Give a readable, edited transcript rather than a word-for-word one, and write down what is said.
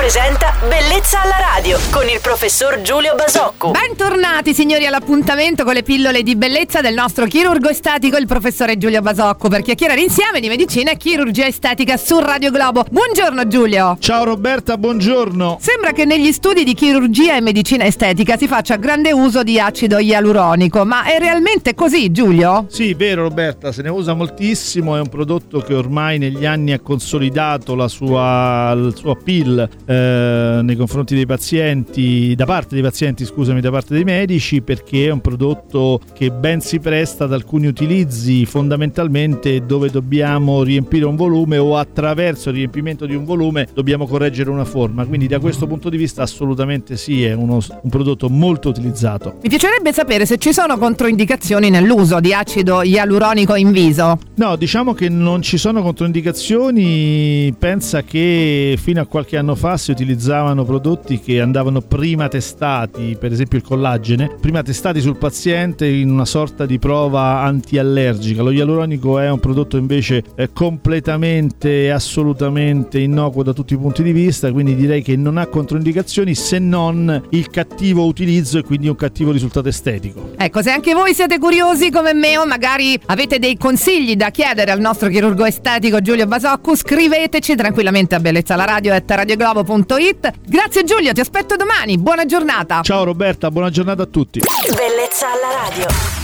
presenta Bellezza alla radio con il professor Giulio Basocco. Bentornati signori all'appuntamento con le pillole di bellezza del nostro chirurgo estetico, il professore Giulio Basocco, per chiacchierare insieme di medicina e chirurgia estetica su Radio Globo. Buongiorno Giulio. Ciao Roberta, buongiorno. Sembra che negli studi di chirurgia e medicina estetica si faccia grande uso di acido ialuronico, ma è realmente così, Giulio? Sì, vero Roberta, se ne usa moltissimo, è un prodotto che ormai negli anni ha consolidato il suo appeal nei confronti dei pazienti, da parte dei medici, perché è un prodotto che ben si presta ad alcuni utilizzi, fondamentalmente dove dobbiamo riempire un volume o attraverso il riempimento di un volume dobbiamo correggere una forma, quindi da questo punto di vista assolutamente sì, è un prodotto molto utilizzato. Mi piacerebbe sapere se ci sono controindicazioni nell'uso di acido ialuronico in viso. No, diciamo che non ci sono controindicazioni. Pensa che fino a qualche anno fa si utilizzavano prodotti che andavano prima testati, per esempio il collagene, prima testati sul paziente in una sorta di prova antiallergica. Lo ialuronico è un prodotto invece completamente e assolutamente innocuo da tutti i punti di vista, quindi direi che non ha controindicazioni se non il cattivo utilizzo e quindi un cattivo risultato estetico. Ecco, se anche voi siete curiosi come me o magari avete dei consigli da chiedere al nostro chirurgo estetico Giulio Basocco, scriveteci tranquillamente a bellezzalaradio@radioglobo.it. Grazie Giulio, ti aspetto domani, buona giornata. Ciao Roberta, buona giornata a tutti. Bellezza alla radio.